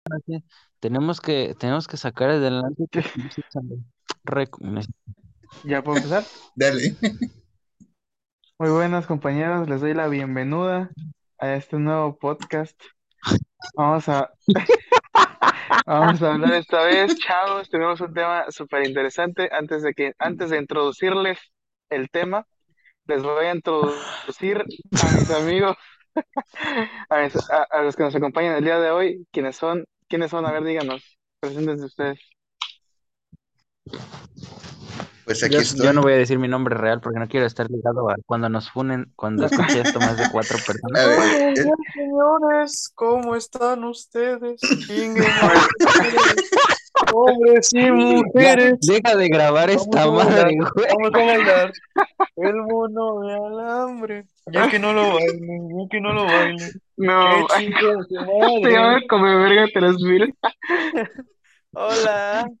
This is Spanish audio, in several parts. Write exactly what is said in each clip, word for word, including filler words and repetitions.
Así, Tenemos que, tenemos que sacar adelante ¿Qué? esta pinche chamba. Rec- ¿Ya puedo empezar? Dale. Muy buenas compañeros, les doy la bienvenida a este nuevo podcast. Vamos a, vamos a hablar esta vez, chavos, tenemos un tema súper interesante. Antes de que, antes de introducirles el tema, les voy a introducir a mis amigos, a, mis- a- a los que nos acompañan el día de hoy. ¿Quiénes son? ¿Quiénes son? A ver, díganos, preséntense ustedes. Pues aquí Yo, yo no estoy. voy a decir mi nombre real porque no quiero estar ligado a cuando nos funen, cuando escuche esto más de cuatro personas. A ver, Buenos eh, días, señores. ¿Cómo están ustedes? Chinguen a Pues, su madre. Hombres y Ya, mujeres. deja de grabar Vamos esta a bailar. madre, güey. Vamos a bailar. El mono de alambre. Ya que no lo bailen, ya que no lo bailen. Que no, chinguen su se madre. llama Come Verga tres mil. Hola.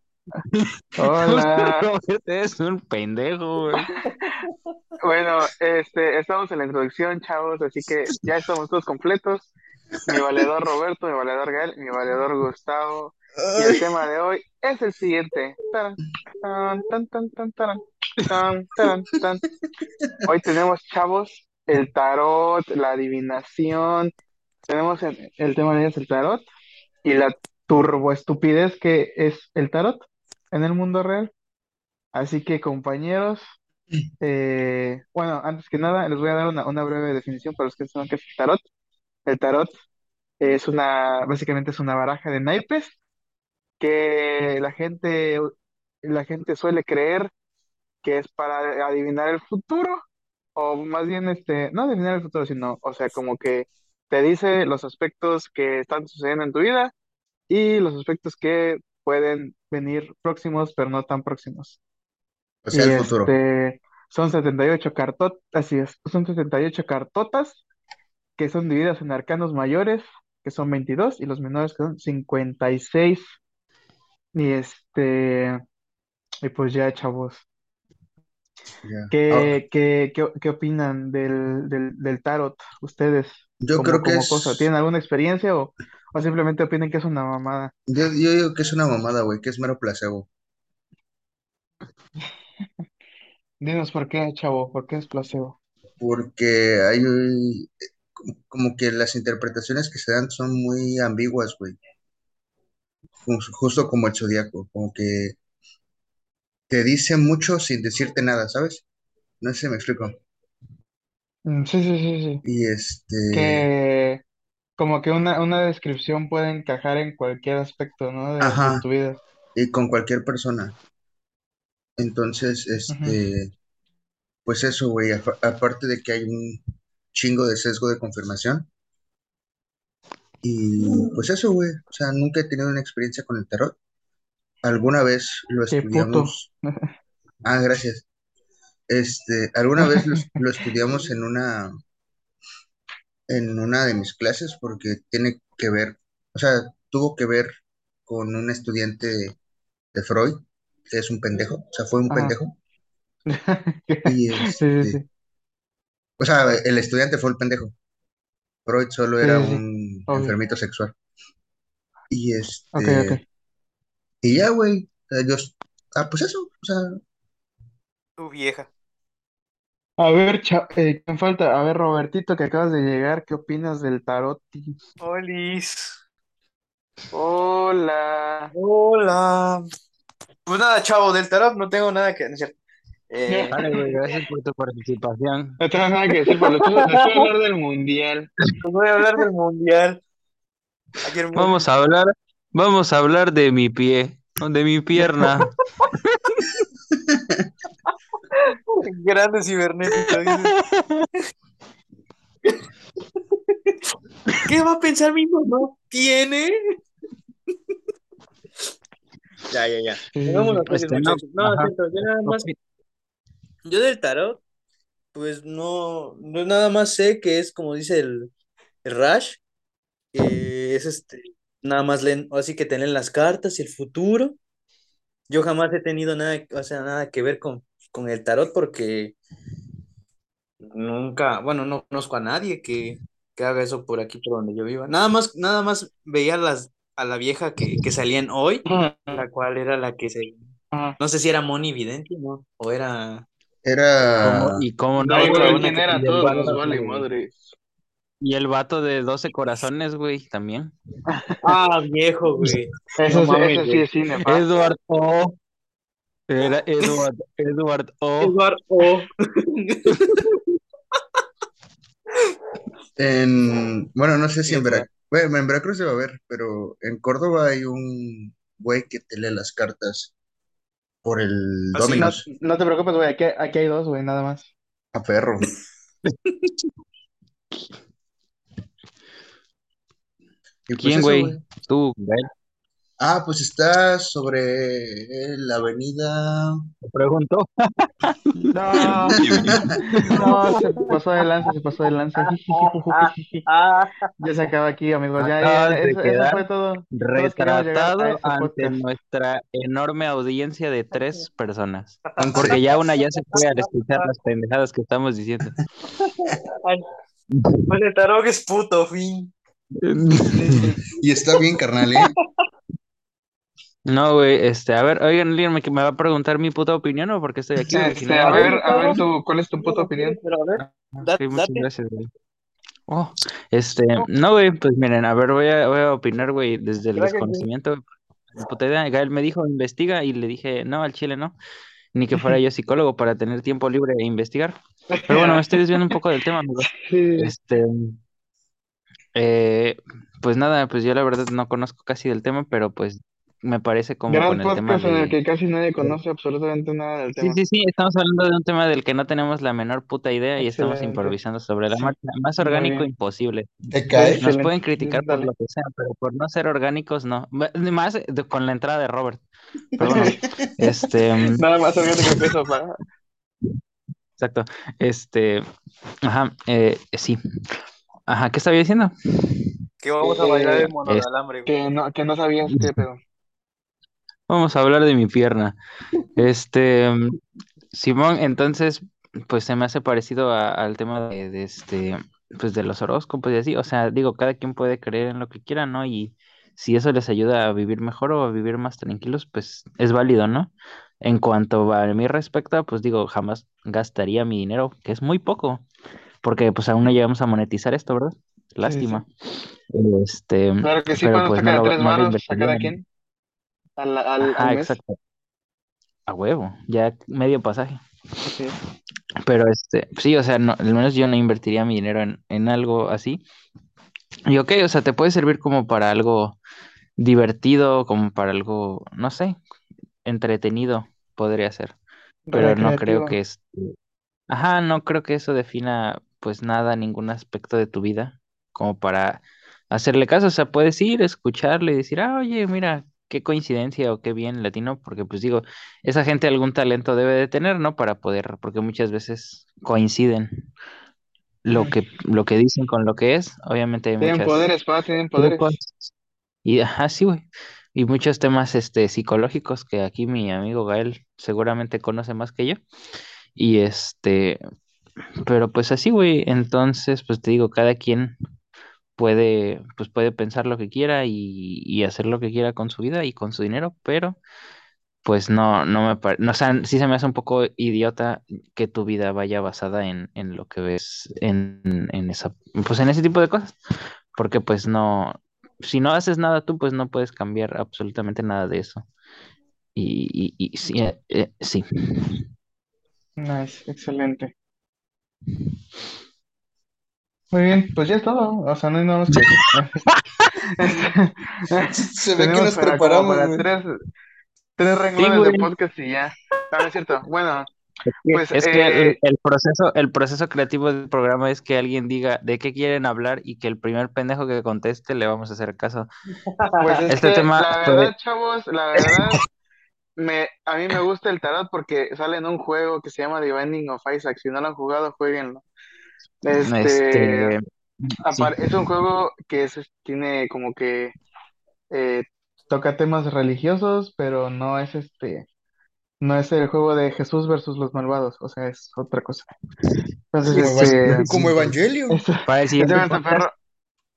Hola. Roberto es un pendejo, güey. Bueno, este, estamos en la introducción, chavos, así que ya estamos todos completos. Mi valedor Roberto, mi valedor Gael, mi valedor Gustavo. Y el ay, tema de hoy es el siguiente. Taran, tan, tan, tan, tan, taran, tan, taran, tan. Hoy tenemos, chavos, el tarot, la adivinación. Tenemos el, el tema de hoy es el tarot y la turboestupidez que es el tarot en el mundo real. Así que, compañeros. Eh, bueno, antes que nada, les voy a dar una, una breve definición para los que no saben qué es el tarot. El tarot es una, básicamente es una baraja de naipes que la gente, la gente suele creer que es para adivinar el futuro, o más bien, este, no adivinar el futuro, sino, o sea, como que te dice los aspectos que están sucediendo en tu vida y los aspectos que pueden venir próximos, pero no tan próximos. o sea, Y el futuro. este, son setenta y ocho cartotas, así es, son setenta y ocho cartotas que son divididas en arcanos mayores, que son veintidós y los menores que son cincuenta y seis. Y este, y pues ya, chavos, Ya. Ah, ¿qué, qué, qué, qué opinan del, del, del tarot ustedes yo como, creo que como cosa? es. ¿Tienen alguna experiencia o, o simplemente opinan que es una mamada? Yo, yo digo que es una mamada, güey, que es mero placebo. Dinos por qué, chavo, por qué es placebo. Porque hay. Como que las interpretaciones que se dan son muy ambiguas, güey. Jus- Justo como el zodiaco. Como que te dice mucho sin decirte nada, ¿sabes? No sé si me explico. Mm, sí, sí, sí, sí. Y este. Que como que una, una descripción puede encajar en cualquier aspecto, ¿no? De, de Ajá. tu vida. Y con cualquier persona. Entonces, Ujú. este. Pues eso, güey, afa- aparte de que hay un chingo de sesgo de confirmación. Y pues eso, güey, o sea, nunca he tenido una experiencia con el tarot. Alguna vez lo Qué puto. estudiamos, ah, gracias. Este, alguna vez lo, lo estudiamos en una, en una de mis clases porque tiene que ver, o sea, tuvo que ver con un estudiante de Freud, que es un pendejo, o sea, fue un Ajá. pendejo. Y Sí, sí, este, sí. o sea, el estudiante fue el pendejo. Freud solo Sí, era sí, sí. un Obvio. enfermito sexual. Y Ok, ok. este, y ya, güey, o sea, yo, ah, pues eso, o sea, Tu vieja. A ver, cha- eh, ¿quién falta? A ver, Robertito, que acabas de llegar, ¿qué opinas del tarot? Olis. Hola. Hola. Pues nada, chavo, del tarot no tengo nada que decir. No Eh, Vale, güey, gracias por tu participación. tengo nada que decir, pero les puedo, les puedo hablar del mundial. pues voy a hablar del mundial. Ayer Vamos muy a hablar, vamos a hablar de mi pie, o de mi pierna. grande cibernético, dices. ¿Qué va a pensar mi mamá? ¿Tiene? Ya, ya, ya. Sí, sí, Pongámonos sí. serios, Este, no, muchachos. No, es ajá. cierto, yo nada más, Ok. yo del tarot, pues no, no nada más sé que es como dice el, el Rash, que es este, nada más leen, así que te leen las cartas y el futuro. Yo jamás he tenido nada, o sea, nada que ver con, con el tarot porque nunca, bueno, no conozco a nadie que, que haga eso por aquí, por donde yo viva. Nada más, nada más veía las, a la vieja que, que salían hoy, Ajá, la cual era la que se, ajá. no sé si era Moni Vidente, ¿no? O era ¿Cómo, Era, y cómo la no, Ay, otra, güey, güey? una ¿quién que era? Y tenía el Todos pelo nos vato vale así. madres. Y el vato de doce corazones, güey, también. Ah, viejo, güey. No Eso, sí- mames, eso sí güey. es cine, pa. Edward O. Era Edward, Edward O. Edward O. en, bueno, no sé si en Edward. Veracruz, bueno, en Veracruz debe haber, pero en Córdoba hay un güey que te lee las cartas por el ¿Así? No, Dominos, no te preocupes, güey, aquí, aquí hay dos, güey, nada más. a perro. Y pues ¿Quién, eso, güey. güey? Tú, Gael. Ah, pues está sobre la avenida. Te pregunto. No, no, se pasó de lanza, se pasó de lanza. Jijiji, jujujiji. Ah, Ya se acaba aquí, amigos. Ya, ya, Acabas de eso, eso quedar fue todo. Todos queríamos llegar a retratado ese ante podcast. nuestra enorme audiencia de tres personas. Once. Porque ya una ya se fue al escuchar las pendejadas que estamos diciendo. ay, Oye, Tarok es puto, fin. Y está bien, carnal, ¿eh? No, güey, este, a ver, oigan, alguien me, que me va a preguntar mi puta opinión o por qué estoy aquí, porque si no Este, ya a me voy. ver, a ver, tú, ¿cuál es tu puta No quiero, opinión? pero a ver, Ah, da- ok, muchas date. gracias, güey. Oh, este, no, güey, pues miren, a ver, voy a, voy a opinar, güey, desde el Gracias, güey. desconocimiento. Ni puta idea. Gael me dijo, investiga, y le dije, no, al chile no, ni que fuera yo psicólogo para tener tiempo libre e investigar. Pero bueno, me estoy desviando un poco del tema, amigo. Sí, Este, eh, pues nada, pues yo la verdad no conozco casi del tema, pero pues me parece como gran con el tema podcast en el de... que casi nadie conoce absolutamente nada del Sí, tema. sí, sí, estamos hablando de un tema del que no tenemos la menor puta idea y estamos Excelente. improvisando sobre la Sí, marcha. Más muy orgánico bien. imposible. ¿Te cae? Nos Excelente. pueden criticar por Dale. lo que sea, pero por no ser orgánicos, no. Ma- Más de- con la entrada de Robert. Pero bueno, este, mm, Nada más orgánico que eso, pa. exacto. Este, ajá, eh, sí. Ajá, ¿qué estaba diciendo? Que vamos a bailar Eh, el mono de Es- alambre, güey. que no, que no sabías qué pedo. vamos a hablar de mi pierna. Este, mm, Simón, entonces, pues se me hace parecido a- al tema de, de este, pues de los horóscopos y así. O sea, digo, cada quien puede creer en lo que quiera, ¿no? Y si eso les ayuda a vivir mejor o a vivir más tranquilos, pues es válido, ¿no? En cuanto a mí respecta, pues digo, jamás gastaría mi dinero, que es muy poco, porque pues aún no llegamos a monetizar esto, ¿verdad? Sí, sí, sí. Lástima. Este, Claro que sí, pero ¿cuánto pues saca no de lo, tres no lo varos a invertiría cada en... quien al, al, al Ajá, mes? exacto. A huevo, ya medio pasaje. Así es. Pero este, sí, o sea, no, al menos yo no invertiría mi dinero en, en algo así. Y ok, o sea, te puede servir como para algo divertido, como para algo, no sé, entretenido, podría ser. Pero no creo Recreativo. que es, ajá, no creo que eso defina pues nada, ningún aspecto de tu vida, como para hacerle caso. O sea, puedes ir, escucharle y decir, ah, oye, mira, qué coincidencia o qué bien latino, porque pues digo, esa gente algún talento debe de tener, ¿no? Para poder, porque muchas veces coinciden lo Ujú. que, lo que dicen con lo que es. Obviamente hay Tienen muchas poderes, pa, tienen trucos poderes. y ajá, sí, güey. Y muchos temas este, psicológicos que aquí mi amigo Gael seguramente conoce más que yo. Y este, pero pues así, güey. Entonces, pues te digo, cada quien puede, pues puede pensar lo que quiera y, y hacer lo que quiera con su vida y con su dinero, pero pues no, no me parece, no, o sea, sí se me hace un poco idiota que tu vida vaya basada en, en lo que ves en, en esa, pues en ese tipo de cosas, porque pues no, si no haces nada tú, pues no puedes cambiar absolutamente nada de eso. Y, y, y sí, eh, eh, sí. Nice, excelente. Muy bien, pues ya es todo. O sea, no hay nada más que decir. Este, Se ve que tenemos nos para como preparamos, para güey. tres, tres Sí, renglones de güey. podcast y ya. No, no es cierto. Bueno, Es que, pues es que el, eh, el proceso, el proceso creativo del programa es que alguien diga de qué quieren hablar y que el primer pendejo que conteste le vamos a hacer caso. pues es Este que tema la fue, verdad, chavos, la verdad, me, a mí me gusta el tarot porque sale en un juego que se llama The Binding of Isaac. Si no lo han jugado, jueguenlo. Este, este, sí. apar- es un juego que es, tiene como que eh, toca temas religiosos, pero no es este, no es el juego de Jesús versus los malvados, o sea, es otra cosa. Entonces, Como, Evan- este, como Evangelion. este, Para el este siguiente va a estar podcast, perro.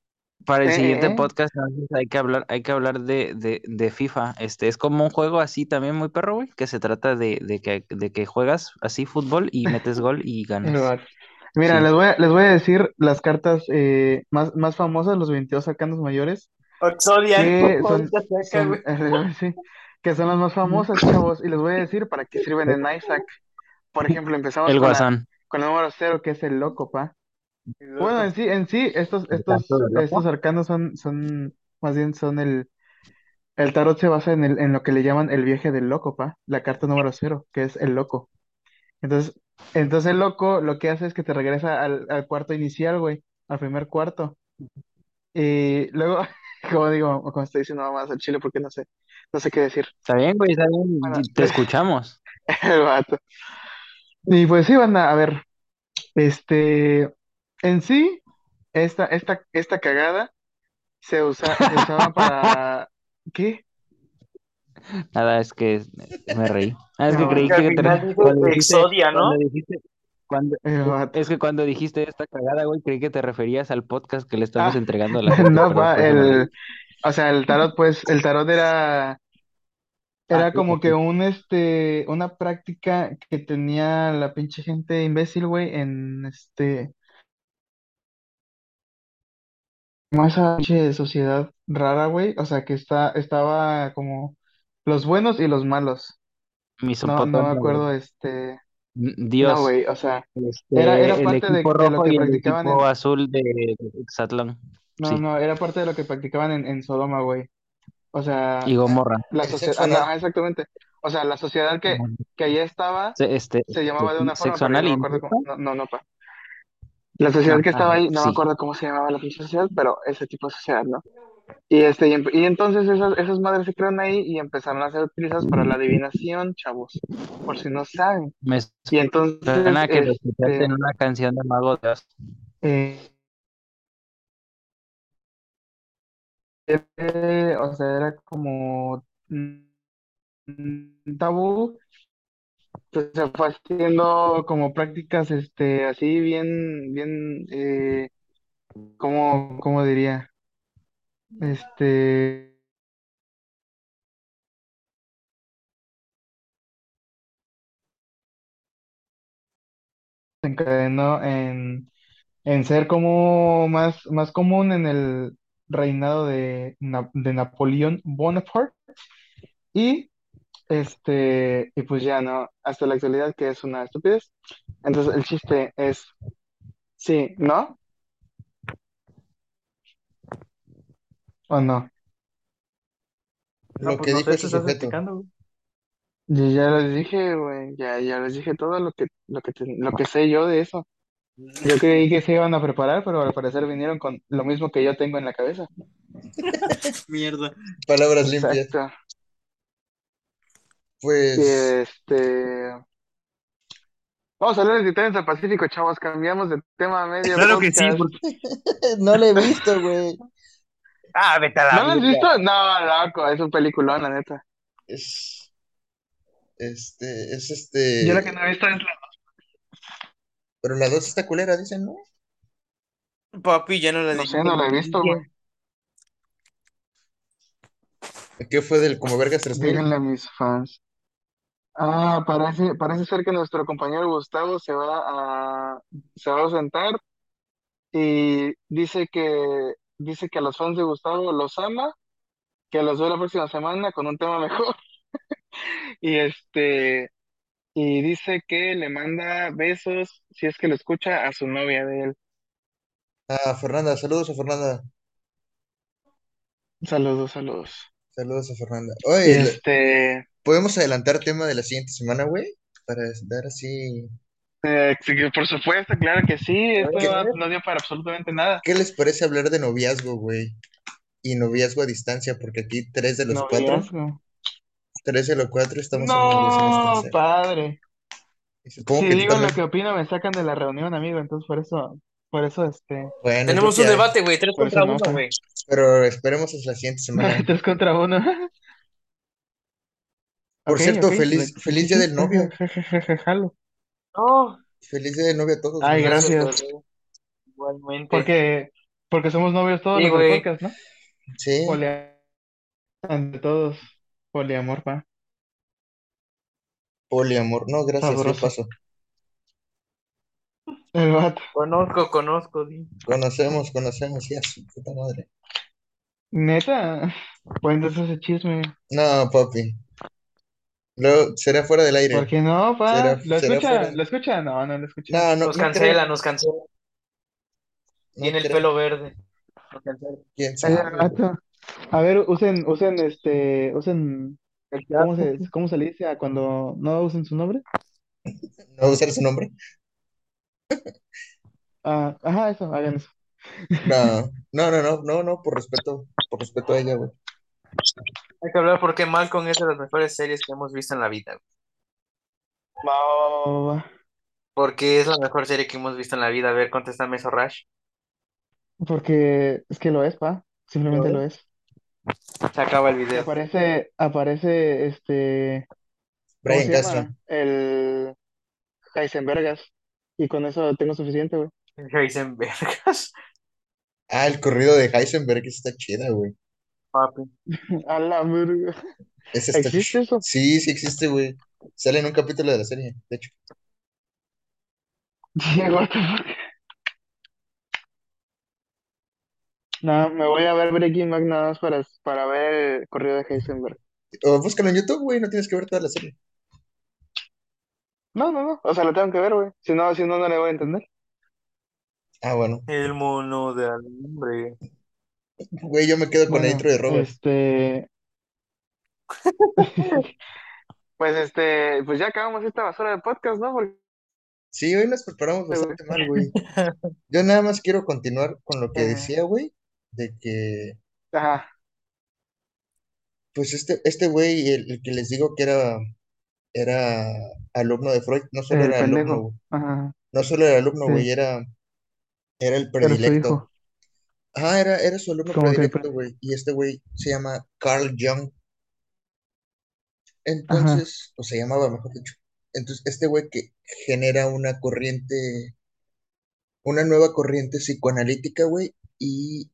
para el Eh, siguiente eh, eh. podcast entonces, hay que hablar, hay que hablar de, de, de FIFA. Este es como un juego así también muy perro, güey, que se trata de, de que, de que juegas así fútbol y metes gol y El ganas. vato. Mira, Sí. les voy a, les voy a decir las cartas eh, más, más famosas, los veintidós arcanos mayores, Oxodian, que son, ahorita saca, son, güey. sí, que son las más famosas, chavos, y les voy a decir para qué sirven en Isaac. Por ejemplo, empezamos El con la, Guasón. con el número cero, que es el loco, pa. Y Bueno, loco. en sí, en sí, estos, El canto estos, del estos loco. arcanos son, son, más bien son el, el tarot se basa en el, en lo que le llaman el viaje del loco, pa, la carta número cero, que es el loco. Entonces, entonces el loco lo que hace es que te regresa al, al cuarto inicial, güey, al primer cuarto. Y luego, como digo, como estoy diciendo más al chile porque no sé, no sé qué decir. Está bien, güey, está bien. Bueno, y Te escuchamos. el vato. Y pues sí, van a ver, este, en sí, esta, esta, esta cagada se usa, se usaba para, ¿qué? Nada, es que me reí. Ah, es El que creí Que vato, al que te- final dice cuando dijiste, Exodia, cuando ¿no? dijiste, cuando, el vato. es que cuando dijiste esta cagada, güey, creí que te referías al podcast que le estamos Ah, entregando a la gente, no, perdón, pa, por eso me reí. el, o sea, el tarot, pues, el tarot era Ah, Era sí, como que sí. un, este, una práctica que tenía la pinche gente imbécil, güey, en, este, como esa pinche sociedad rara, güey, o sea, que está, estaba como los buenos y los malos. No, no me Mesopotamia, güey. acuerdo, este, N- no, Dios, güey, o sea, era, era este, el parte equipo de, de lo rojo que y el practicaban equipo en, azul de Exatlón. no, Sí, no, era parte de lo que practicaban en, en Sodoma, güey. O sea, y Gomorra. la El sociedad, sexo ah, no, anal. ajá, exactamente. O sea, la sociedad que, que allá estaba Se- Este, se este, llamaba de sí, una forma, sexo pero ya anal no me y acuerdo cómo, incesto. no, no, no, pa. La sociedad No, que estaba ah, ahí, no me sí. acuerdo cómo se llamaba la pinche sociedad, pero ese tipo de sociedad, ¿no? Y, este, y, em- y entonces esas, esas madres se crearon ahí y empezaron a ser utilizadas para la adivinación, chavos, por si no saben. Me Y entonces, suena que lo escuchaste este, en una canción de Mago de Oz. eh, eh, o sea, era como mm, un tabú, pues se fue haciendo como prácticas, este, así bien, bien, eh, ¿cómo, cómo diría? Este, se encadenó en en ser como más, más común en el reinado de, Na- de Napoleón Bonaparte y este y pues ya no hasta la actualidad que es una estupidez. Entonces el chiste es sí, ¿no? ¿O no? No, Lo pues que no dijo sé, ese tú estás sujeto. explicando, güey. Yo ya les dije, güey, ya, ya les dije todo lo que lo que te- lo que sé yo de eso. Yo creí que se iban a preparar, pero al parecer vinieron con lo mismo que yo tengo en la cabeza. Mierda. Palabras limpias. Exacto. Y Pues este vamos a hablar de Titanes del Pacífico, chavos. Cambiamos de tema a medio Claro que sí, podcast. porque... no lo he visto, güey. Ah, vete a la ¿No lo has mierda. visto? No, loco, es un peliculón, la neta. Es, este, es Yo la que no este, he visto es la... pero la dos está culera, dicen, ¿no? Papi, ya no la No sé, no la he visto, güey. dije. ¿Qué fue del como vergas tres mil? Díganle a mis fans. Ah, parece, parece ser que nuestro compañero Gustavo se va a, se va a ausentar y dice que, dice que a los fans de Gustavo los ama, que los ve la próxima semana con un tema mejor y este, y dice que le manda besos si es que lo escucha a su novia de él. Ah, Fernanda, saludos a Fernanda. Saludos, saludos. Saludos a Fernanda. Y Oye, le- este, ¿podemos adelantar tema de la siguiente semana, güey? Para dar así. Eh, sí, que por supuesto, claro que sí, A ver, esto a no, ver. no dio para absolutamente nada. ¿Qué les parece hablar de noviazgo, güey? Y noviazgo a distancia, porque aquí tres de los cuatro, Noviazgo. tres de los cuatro estamos en una relación a No, distancia. padre. Y supongo Si que tú digo lo también. que opino, me sacan de la reunión, amigo, entonces por eso, por eso, este, Bueno, es lo Tenemos que un hay. debate, güey. Tres por eso contra no, uno, pa. güey. Pero esperemos hasta la siguiente semana. Tres contra uno. Por Ok, cierto, ok, le- feliz, sí, sí, feliz día sí, del ja, ja, novio. ja, ja, ja, ja, jalo. No. Feliz día del novio a todos, Ay, güey. Gracias, gracias. bebé. Igualmente. Porque, Porque somos novios todos Sí, los del güey. podcast, ¿no? Sí, Poliamor ante todos. Poliamor, pa. poliamor. No, gracias, yo Sabroso. paso. El vato. Conozco, conozco, di. Conocemos, conocemos, ya, su puta madre. Neta. Cuéntanos ese chisme. No, papi. Luego será fuera del ¿Por aire. qué no, Será, pa? ¿Lo será escucha? fuera. ¿Lo escucha? No, no lo escucha. No, no, Nos no creo. cancela, nos cancela. No Tiene el creo. pelo verde. Nos cancela. ¿Quién Ese sabe, güey? vato. A ver, usen, usen este, usen, El ¿cómo gato. se, cómo se le dice a cuando no usen su nombre? ¿No va a usar su nombre? Ah, ajá, eso, hagan eso. No, no, no, no, no, no, por respeto, por respeto a ella, güey. Hay que hablar porque Malcolm es de las mejores series que hemos visto en la vida. Va, va, va, va, va. Porque es la mejor serie que hemos visto en la vida. A ver, contéstame eso, Rash. Porque es que lo es, pa. ¿Lo Simplemente lo ves? es. Se acaba el Y video. aparece, aparece, este, ¿cómo Brian se Castro. llama? El Heisenbergas. Y con eso tengo suficiente, güey. Heisenbergas, Ah, el corrido de Heisenberg, esa está chida, güey. papi. A la verga. Esa está ¿Existe ch- eso? Sí, sí existe, güey. Sale en un capítulo de la serie, de hecho. Sí, what the fuck. No, me voy a ver Breaking Bad nada más para, para ver el corrido de Heisenberg. O búscalo en YouTube, güey, no tienes que ver toda la serie. No, no, no. O sea, lo tengo que ver, güey. Si no, si no, no le voy a entender. Ah, bueno. El mono de alambre. Güey, yo me quedo con la intro Bueno, de Robert. este. Pues este, pues ya acabamos esta basura de podcast, ¿no? Porque, Sí, hoy nos preparamos güey, bastante mal, güey. Yo nada más quiero continuar con lo que eh, decía, güey, de que, ajá, pues este, este güey, el, el que les digo que era, era alumno de Freud, no solo el era alumno, pendejo. güey. Ajá, No solo era alumno, güey, sí. era, era el Era su predilecto. hijo. Ah, era, era su alumno Como que el predilecto, pendejo. güey. Y este güey se llama Carl Jung. Ajá. Entonces, o se llamaba, mejor dicho. Entonces, este güey que genera una corriente, una nueva corriente psicoanalítica, güey, y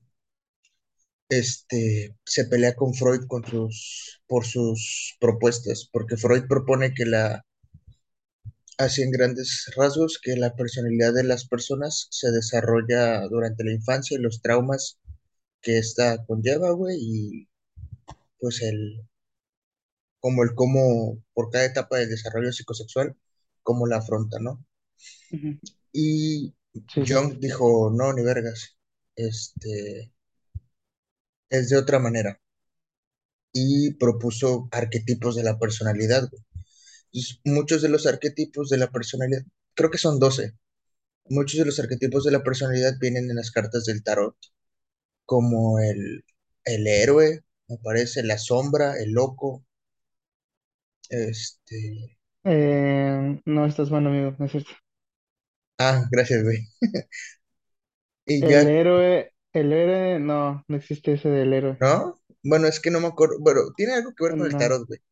este se pelea con Freud con sus, por sus propuestas, porque Freud propone que la, así en grandes rasgos, que la personalidad de las personas se desarrolla durante la infancia y los traumas que esta conlleva, güey, y pues el como el cómo, por cada etapa del desarrollo psicosexual, cómo la afronta, ¿no? Ujú. Y Sí, sí. Jung dijo, no, ni vergas, este, es de otra manera. Y propuso arquetipos de la personalidad, güey. Entonces, muchos de los arquetipos de la personalidad, creo que son doce. Muchos de los arquetipos de la personalidad vienen en las cartas del tarot, como el, el héroe, me parece, la sombra, el loco, este... Eh, no estás mal, amigo, no es cierto. Ah, gracias, güey. Y El ya, héroe, el héroe, no, no existe ese del héroe. ¿no? Bueno, es que no me acuerdo. Bueno, tiene algo que ver con el No. tarot, güey.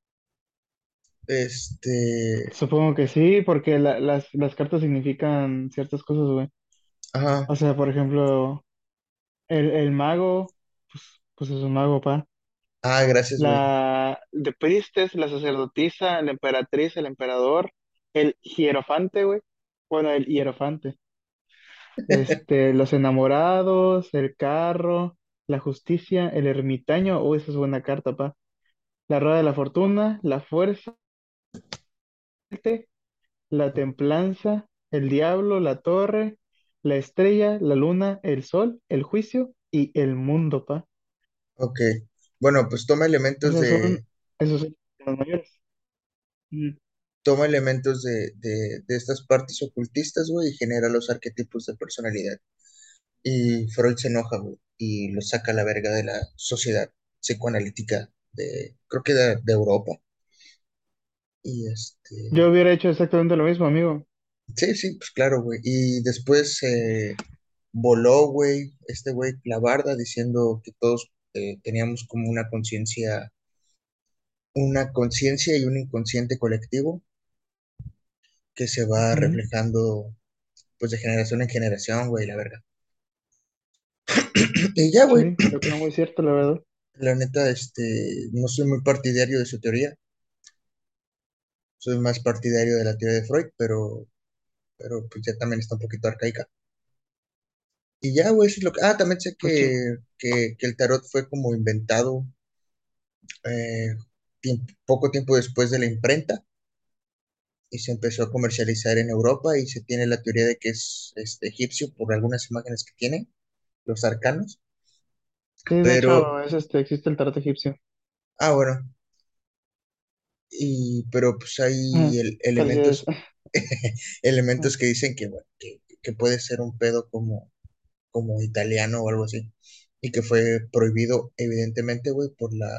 Este. Supongo que sí, porque la- las, las cartas significan ciertas cosas, güey. Ajá. O sea, por ejemplo, el, el mago, pues, pues es un mago, pa. Ah, gracias, güey. La de Priestess, la sacerdotisa, la emperatriz, el emperador, el hierofante, güey. Bueno, el hierofante. Este, los enamorados, el carro, la justicia, el ermitaño. Oh, esa es buena carta, pa. La rueda de la fortuna, la fuerza, la templanza, el diablo, la torre, la estrella, la luna, el sol, el juicio y el mundo, pa. Ok. Bueno, pues toma elementos Esos son, de. esos son los mayores. Mm. Toma elementos de, de, de estas partes ocultistas, güey, y genera los arquetipos de personalidad. Y Freud se enoja, güey, y lo saca a la verga de la sociedad psicoanalítica de, creo que de, de Europa. Y Yo este. hubiera hecho exactamente lo mismo, amigo. Sí, sí, pues claro, güey. Y después eh, voló, güey, este güey Clavarda diciendo que todos eh, teníamos como una conciencia, una conciencia y un inconsciente colectivo que se va Ujú. reflejando pues de generación en generación, güey, la verga. Y ya, güey, Sí, lo creo muy cierto, la verdad. la neta, este, no soy muy partidario de su teoría, soy más partidario de la teoría de Freud, pero, pero pues ya también está un poquito arcaica. Y ya, güey, eso es lo que... Ah, también sé Pues sí. que, que, que el tarot fue como inventado eh, tiemp- poco tiempo después de la imprenta y se empezó a comercializar en Europa y se tiene la teoría de que es este, egipcio por algunas imágenes que tiene, los arcanos, Sí, de pero, hecho, es este, existe el tarot egipcio. ah, bueno, y, pero pues Ah, hay el- felicidades. elementos, elementos que dicen que, bueno, que, que puede ser un pedo como, como italiano o algo así, y que fue prohibido evidentemente, güey, por la,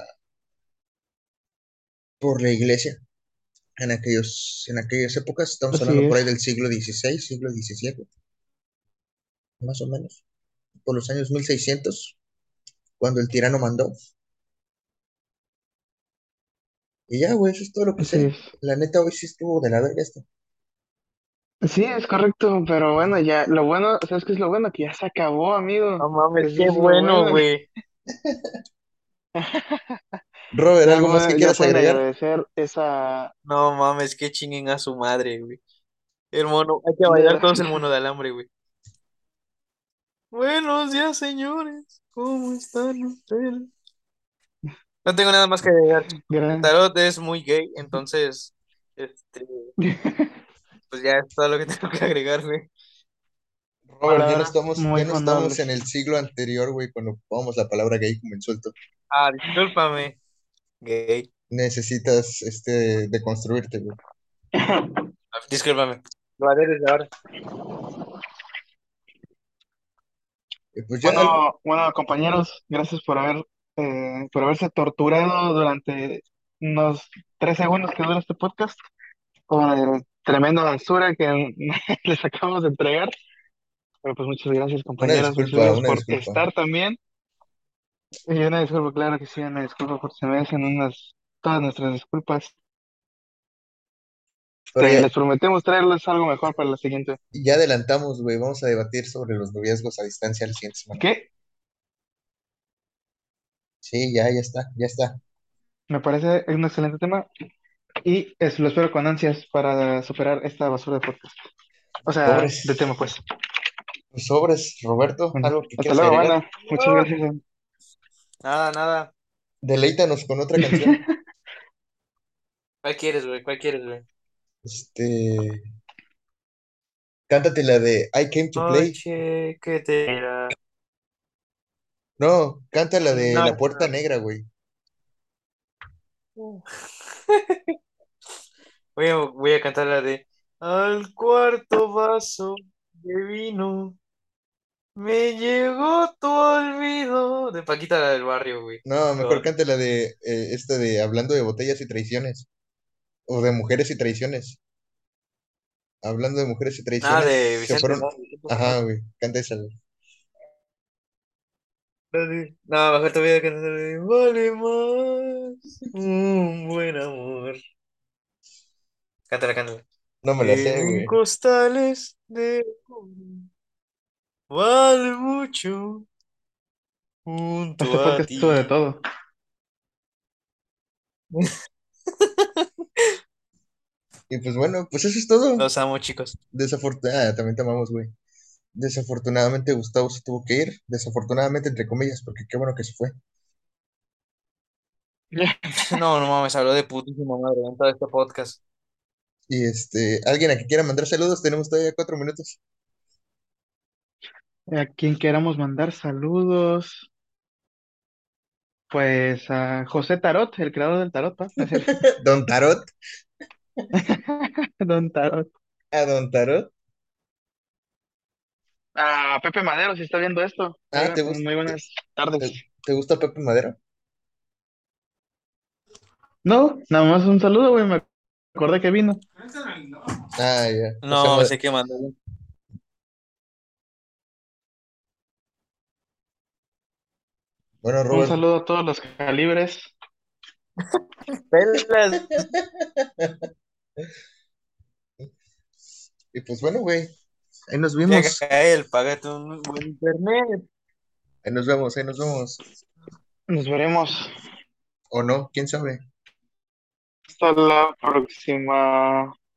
por la iglesia. En aquellos, en aquellas épocas, estamos Así hablando por es. ahí del siglo dieciséis, siglo diecisiete, más o menos, por los años mil seiscientos cuando el tirano mandó. Y ya, güey, eso es todo lo que Así sé. es. La neta, hoy sí estuvo de la verga esto. Sí, es correcto, pero bueno, ya, lo bueno, ¿sabes qué es lo bueno? Que ya se acabó, amigo. No mames, Eso qué es lo bueno, bueno. güey. Robert, Ya ¿algo más que pueden, ya quieras pueden agregar? agradecer esa... No mames, qué chinguen a su madre, güey. El mono, hay que bailar de- todos el mono de alambre, güey. Buenos días, señores. ¿Cómo están ustedes? No tengo nada más que agregar. El Gran- tarot es muy gay, entonces, este, pues ya es todo lo que tengo que agregar, güey. Robert, ya no Palabras estamos, muy ya no estamos fundables. en el siglo anterior, güey, cuando ocupábamos la palabra gay como insulto. Ah, discúlpame, gay. Necesitas, este, deconstruirte, güey. Discúlpame. Lo haré desde ahora. Y pues ya, algo, Bueno, bueno, compañeros, gracias por haber, eh, por haberse torturado durante unos tres segundos que dura este podcast con el tremenda basura que les acabamos de entregar. Pero pues muchas gracias, una compañeros, muchas disculpa, gracias una por disculpa. estar también. Y una disculpa, claro que sí, una disculpa porque se merecen unas, todas nuestras disculpas. Pero Este, ya, les prometemos traerles algo mejor para la siguiente. ya adelantamos, güey. Vamos a debatir sobre los noviazgos a distancia la siguiente semana. ¿Qué? Sí, ya, ya está, ya está. Me parece un excelente tema y es- lo espero con ansias para superar esta basura de podcast. O sea, Sobres, de tema, pues. sobres, Roberto, Bueno, algo que hasta quieras luego, agregar. banda. Muchas gracias. Nada, nada. Deleítanos con otra canción. ¿Cuál quieres, güey? ¿Cuál quieres, güey? Este, cántate la de I Came to Play. Noche que te mira. No, canta la de No, La Puerta Negra, güey. no. Voy a, voy a cantar la de Al cuarto vaso de vino me llegó tu olvido de Paquita la del barrio, güey. No, mejor Ah, canta la de eh, esta de Hablando de botellas y traiciones. O de mujeres y traiciones. Hablando de mujeres y nada de traiciones, se Vicente fueron. Fernández, Vicente Ajá, Fernández. güey, canta esa, güey. La de- No, mejor te voy a cantar la de Vale más un buen amor. Cántala, cántala. No me la Que sé, en güey. costales de oro vale mucho Este junto a podcast estuvo de ti. todo. Y pues bueno, pues eso es todo. Los amo, chicos. Desafortunadamente, también te amamos, güey. Desafortunadamente Gustavo se tuvo que ir. Desafortunadamente, entre comillas, porque qué bueno que se fue. No, no mames, habló de putísima madre en todo este podcast. Y este, alguien a que quiera mandar saludos, tenemos todavía cuatro minutos. A quien queramos mandar saludos, pues a José Tarot, el creador del tarot, ¿va? No es cierto. Don Tarot, Don Tarot. a Don Tarot. A Pepe Madero, si está viendo esto. Muy, Ah, ¿te bu- gusta, muy te, buenas tardes. te- te gusta Pepe Madero? No, nada más un saludo, güey. Me acordé que vino. Ah, ya. José No, Madero. sé qué mandó. Bueno, Un Robert. saludo a todos los calibres. Pelas. Y pues bueno, güey. Ahí nos Ya, vimos. Gael, págate un buen internet. Ahí nos vemos, ahí nos vemos. Nos veremos. ¿O no? ¿Quién sabe? Hasta la próxima.